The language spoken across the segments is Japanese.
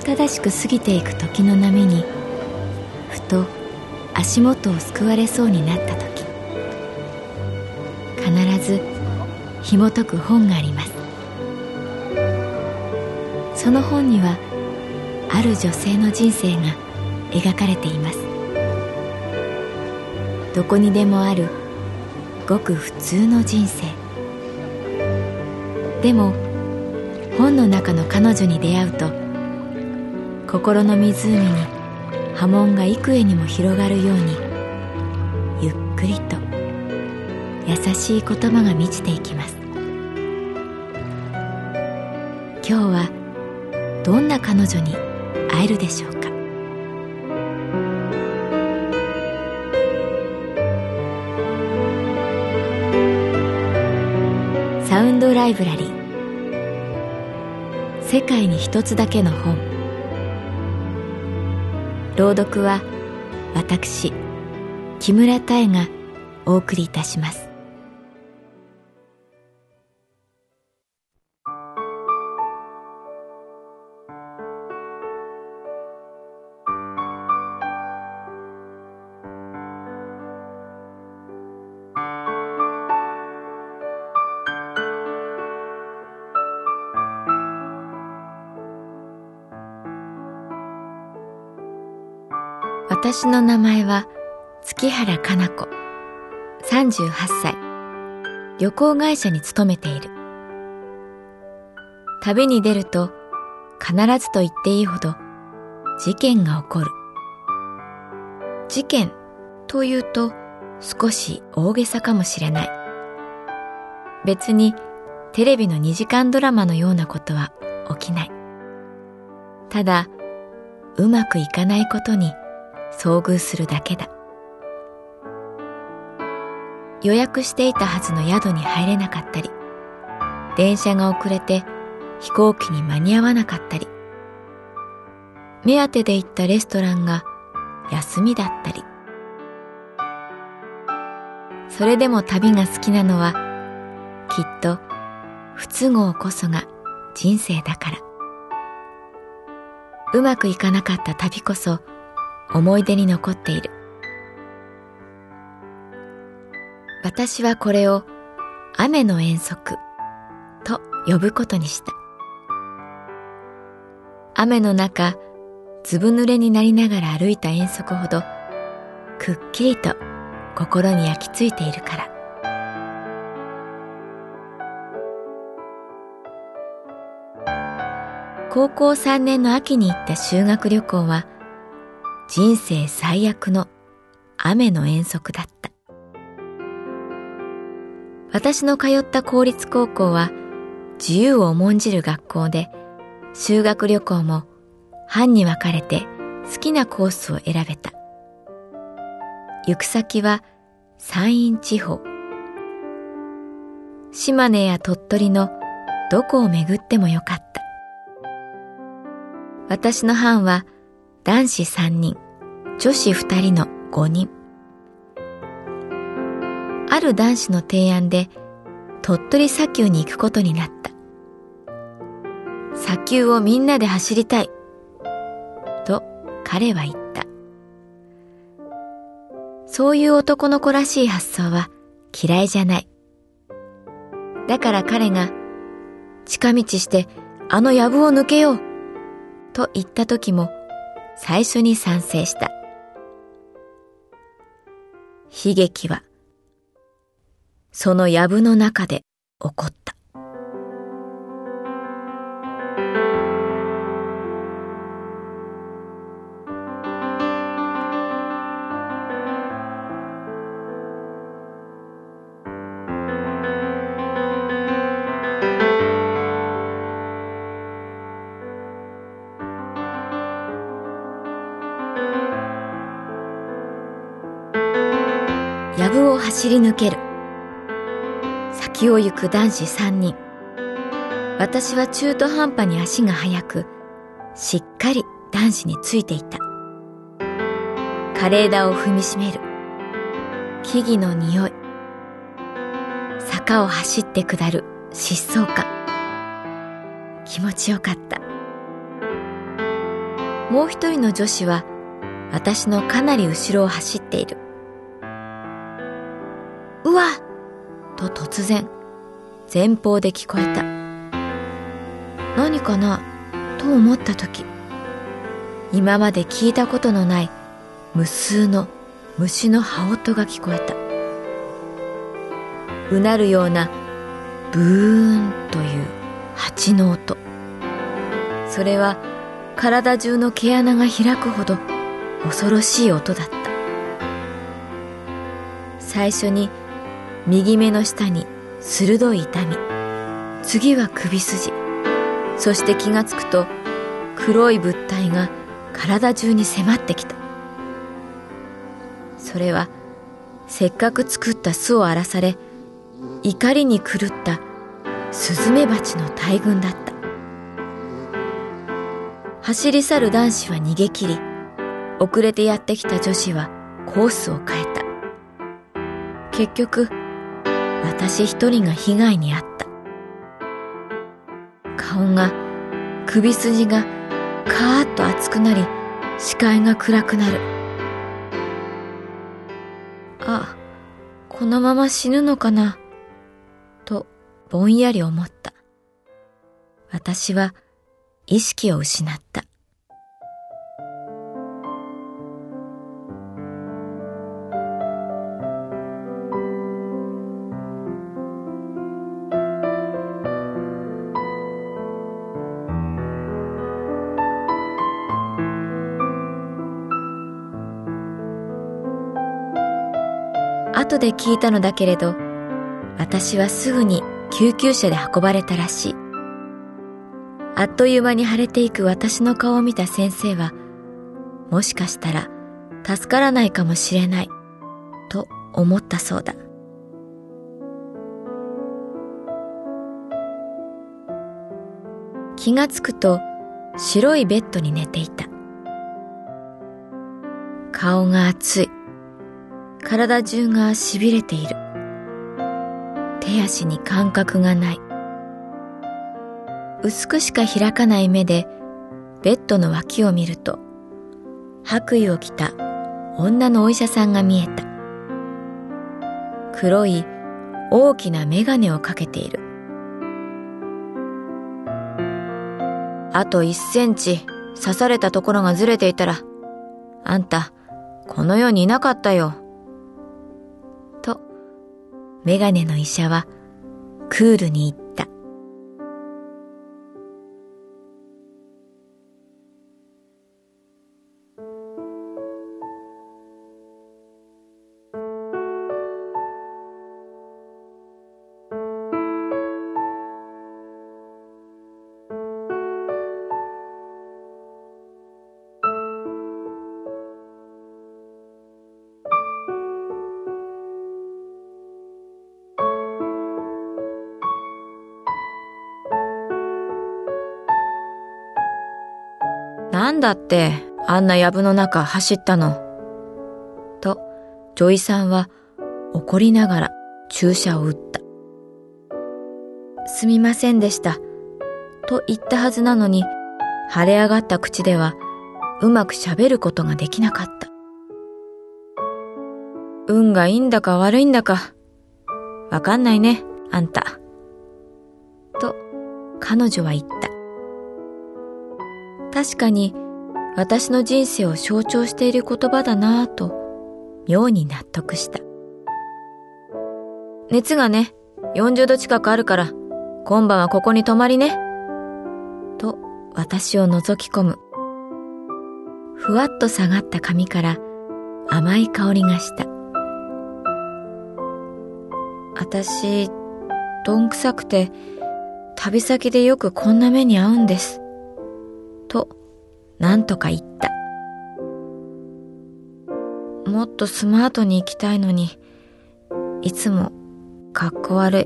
慌ただしく過ぎていく時の波にふと足元をすくわれそうになった時、必ず紐解く本があります。その本にはある女性の人生が描かれています。どこにでもあるごく普通の人生。でも本の中の彼女に出会うと、心の湖に波紋が幾重にも広がるように、ゆっくりと優しい言葉が満ちていきます。今日はどんな彼女に会えるでしょうか。サウンドライブラリー、世界に一つだけの本。朗読は私木村多江がお送りいたします。私の名前は月原かな子、38歳、旅行会社に勤めている。旅に出ると必ずと言っていいほど事件が起こる。事件というと少し大げさかもしれない。別にテレビの2時間ドラマのようなことは起きない。ただ、うまくいかないことに遭遇するだけだ。予約していたはずの宿に入れなかったり、電車が遅れて飛行機に間に合わなかったり、目当てで行ったレストランが休みだったり。それでも旅が好きなのは、きっと不都合こそが人生だから。うまくいかなかった旅こそ思い出に残っている。私はこれを雨の遠足と呼ぶことにした。雨の中、ずぶ濡れになりながら歩いた遠足ほどくっきりと心に焼き付いているから。高校3年の秋に行った修学旅行は人生最悪の雨の遠足だった。私の通った公立高校は自由を重んじる学校で、修学旅行も班に分かれて好きなコースを選べた。行く先は山陰地方。島根や鳥取のどこを巡ってもよかった。私の班は男子3人、女子2人の5人。ある男子の提案で鳥取砂丘に行くことになった。砂丘をみんなで走りたいと彼は言った。そういう男の子らしい発想は嫌いじゃない。だから彼が近道してあの藪を抜けようと言った時も最初に賛成した。悲劇はその藪の中で起こった。藪を走り抜ける。先を行く男子3人。私は中途半端に足が速く、しっかり男子についていた。枯れ枝を踏みしめる。木々の匂い。坂を走って下る疾走感。気持ちよかった。 もう一人の女子は私のかなり後ろを走っている。うわっと突然、前方で聞こえた。何かなと思ったとき、今まで聞いたことのない無数の虫の羽音が聞こえた。うなるようなブーンという蜂の音。それは体中の毛穴が開くほど恐ろしい音だった。最初に右目の下に鋭い痛み、次は首筋、そして気がつくと黒い物体が体中に迫ってきた。それはせっかく作った巣を荒らされ、怒りに狂ったスズメバチの大群だった。走り去る男子は逃げ切り、遅れてやってきた女子はコースを変えた。結局、私一人が被害に遭った。顔が、首筋がカーッと熱くなり、視界が暗くなる。あ、このまま死ぬのかな、とぼんやり思った。私は意識を失った。後で聞いたのだけれど、私はすぐに救急車で運ばれたらしい。あっという間に腫れていく私の顔を見た先生は、もしかしたら助からないかもしれない、と思ったそうだ。気がつくと白いベッドに寝ていた。顔が熱い。体中が痺れている。手足に感覚がない。薄くしか開かない目でベッドの脇を見ると、白衣を着た女のお医者さんが見えた。黒い大きな眼鏡をかけている。あと1センチ刺されたところがずれていたら、あんたこの世にいなかったよ。と、眼鏡の医者はクールに言った。なんだってあんな藪の中走ったの。と、ジョイさんは怒りながら注射を打った。すみませんでした。と言ったはずなのに、腫れ上がった口ではうまく喋ることができなかった。運がいいんだか悪いんだか、わかんないね、あんた。と、彼女は言った。確かに私の人生を象徴している言葉だなぁと妙に納得した。熱がね、40度近くあるから今晩はここに泊まりね。と私を覗き込む。ふわっと下がった髪から甘い香りがした。私、どんくさくて旅先でよくこんな目に遭うんです。と、なんとか言った。もっとスマートに行きたいのに、いつもかっこ悪い。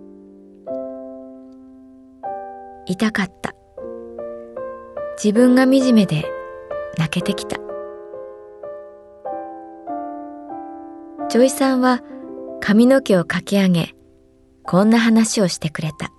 痛かった。自分が惨めで泣けてきた。ジョイさんは髪の毛をかき上げ、こんな話をしてくれた。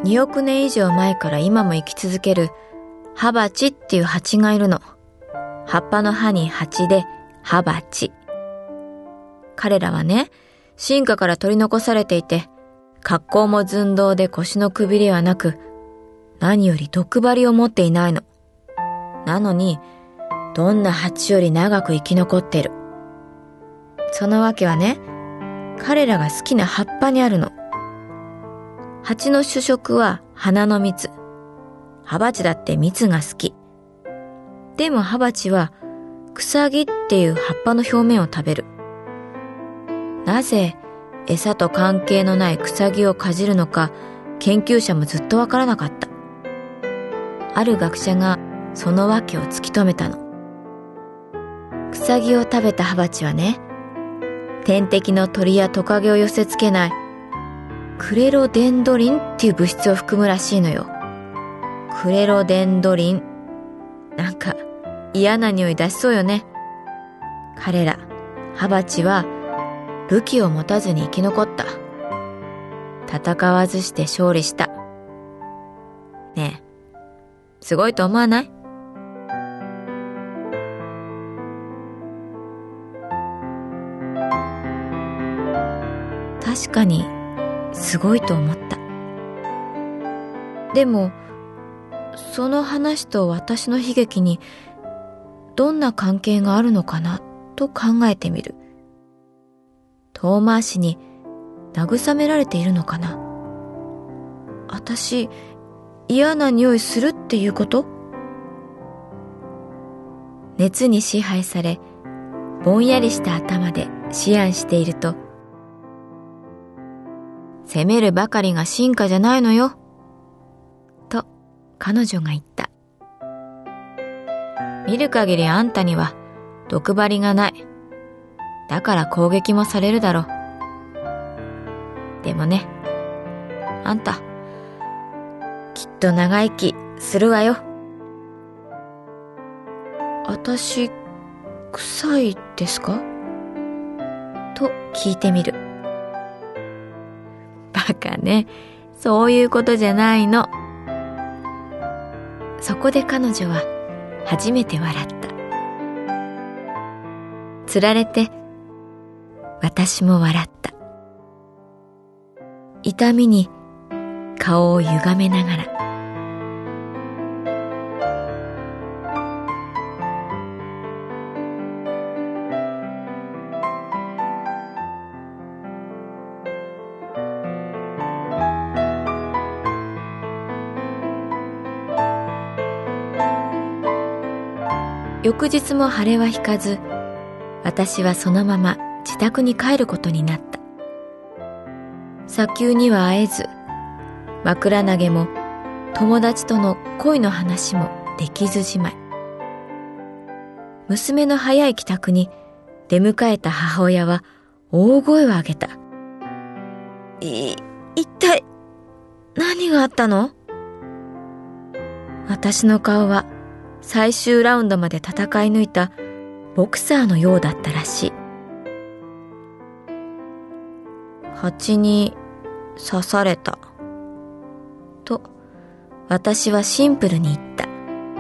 2億年以上前から今も生き続けるハバチっていう蜂がいるの。葉っぱの葉に蜂でハバチ。彼らはね、進化から取り残されていて、格好も寸胴で腰のくびれはなく、何より毒針を持っていないの。なのに、どんな蜂より長く生き残ってる。そのわけはね、彼らが好きな葉っぱにあるの。蜂の主食は花の蜜。ハバチだって蜜が好き。でもハバチは草木っていう葉っぱの表面を食べる。なぜ餌と関係のない草木をかじるのか研究者もずっとわからなかった。ある学者がその訳を突き止めたの。草木を食べたハバチはね、天敵の鳥やトカゲを寄せつけないクレロデンドリンっていう物質を含むらしいのよ。クレロデンドリン。なんか嫌な匂い出しそうよね。彼ら、ハバチは武器を持たずに生き残った。戦わずして勝利した。ねえ、すごいと思わない？確かにすごいと思った。でもその話と私の悲劇にどんな関係があるのかなと考えてみる。遠回しに慰められているのかな。私嫌な匂いするっていうこと？熱に支配されぼんやりした頭で思案していると、責めるばかりが進化じゃないのよと彼女が言った。見る限りあんたには毒針がない。だから攻撃もされるだろう。でもね、あんたきっと長生きするわよ。私臭いですか？と聞いてみる。バカね、そういうことじゃないの。そこで彼女は初めて笑った。つられて私も笑った。痛みに顔を歪めながら。翌日も晴れは引かず、私はそのまま自宅に帰ることになった。砂丘には会えず、枕投げも友達との恋の話もできずじまい。娘の早い帰宅に出迎えた母親は大声を上げた。一体何があったの？私の顔は最終ラウンドまで戦い抜いたボクサーのようだったらしい。蜂に刺された。と、私はシンプルに言った。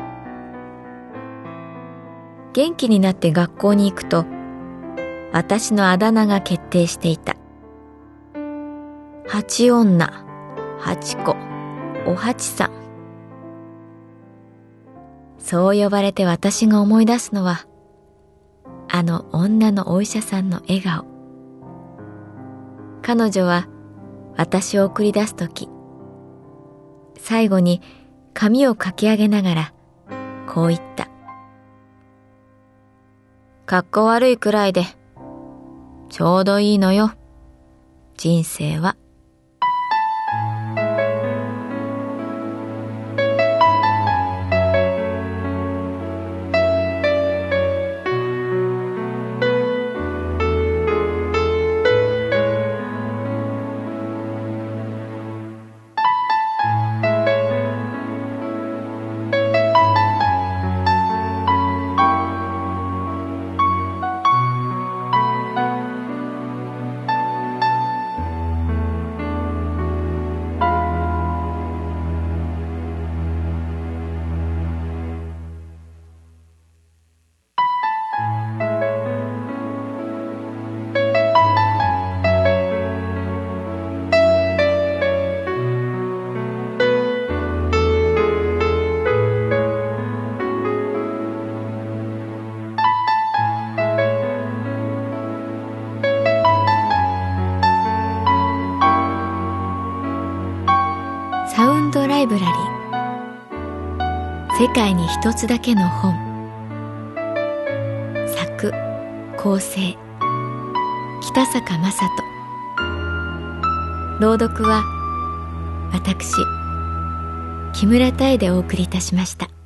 元気になって学校に行くと、私のあだ名が決定していた。蜂女、蜂子、お蜂さん。そう呼ばれて私が思い出すのは、あの女のお医者さんの笑顔。彼女は私を送り出すとき、最後に髪をかき上げながらこう言った。かっこ悪いくらいでちょうどいいのよ、人生は。 ライブラリー。世界に一つだけの本。作・構成北坂雅人。朗読は私木村多江でお送りいたしました。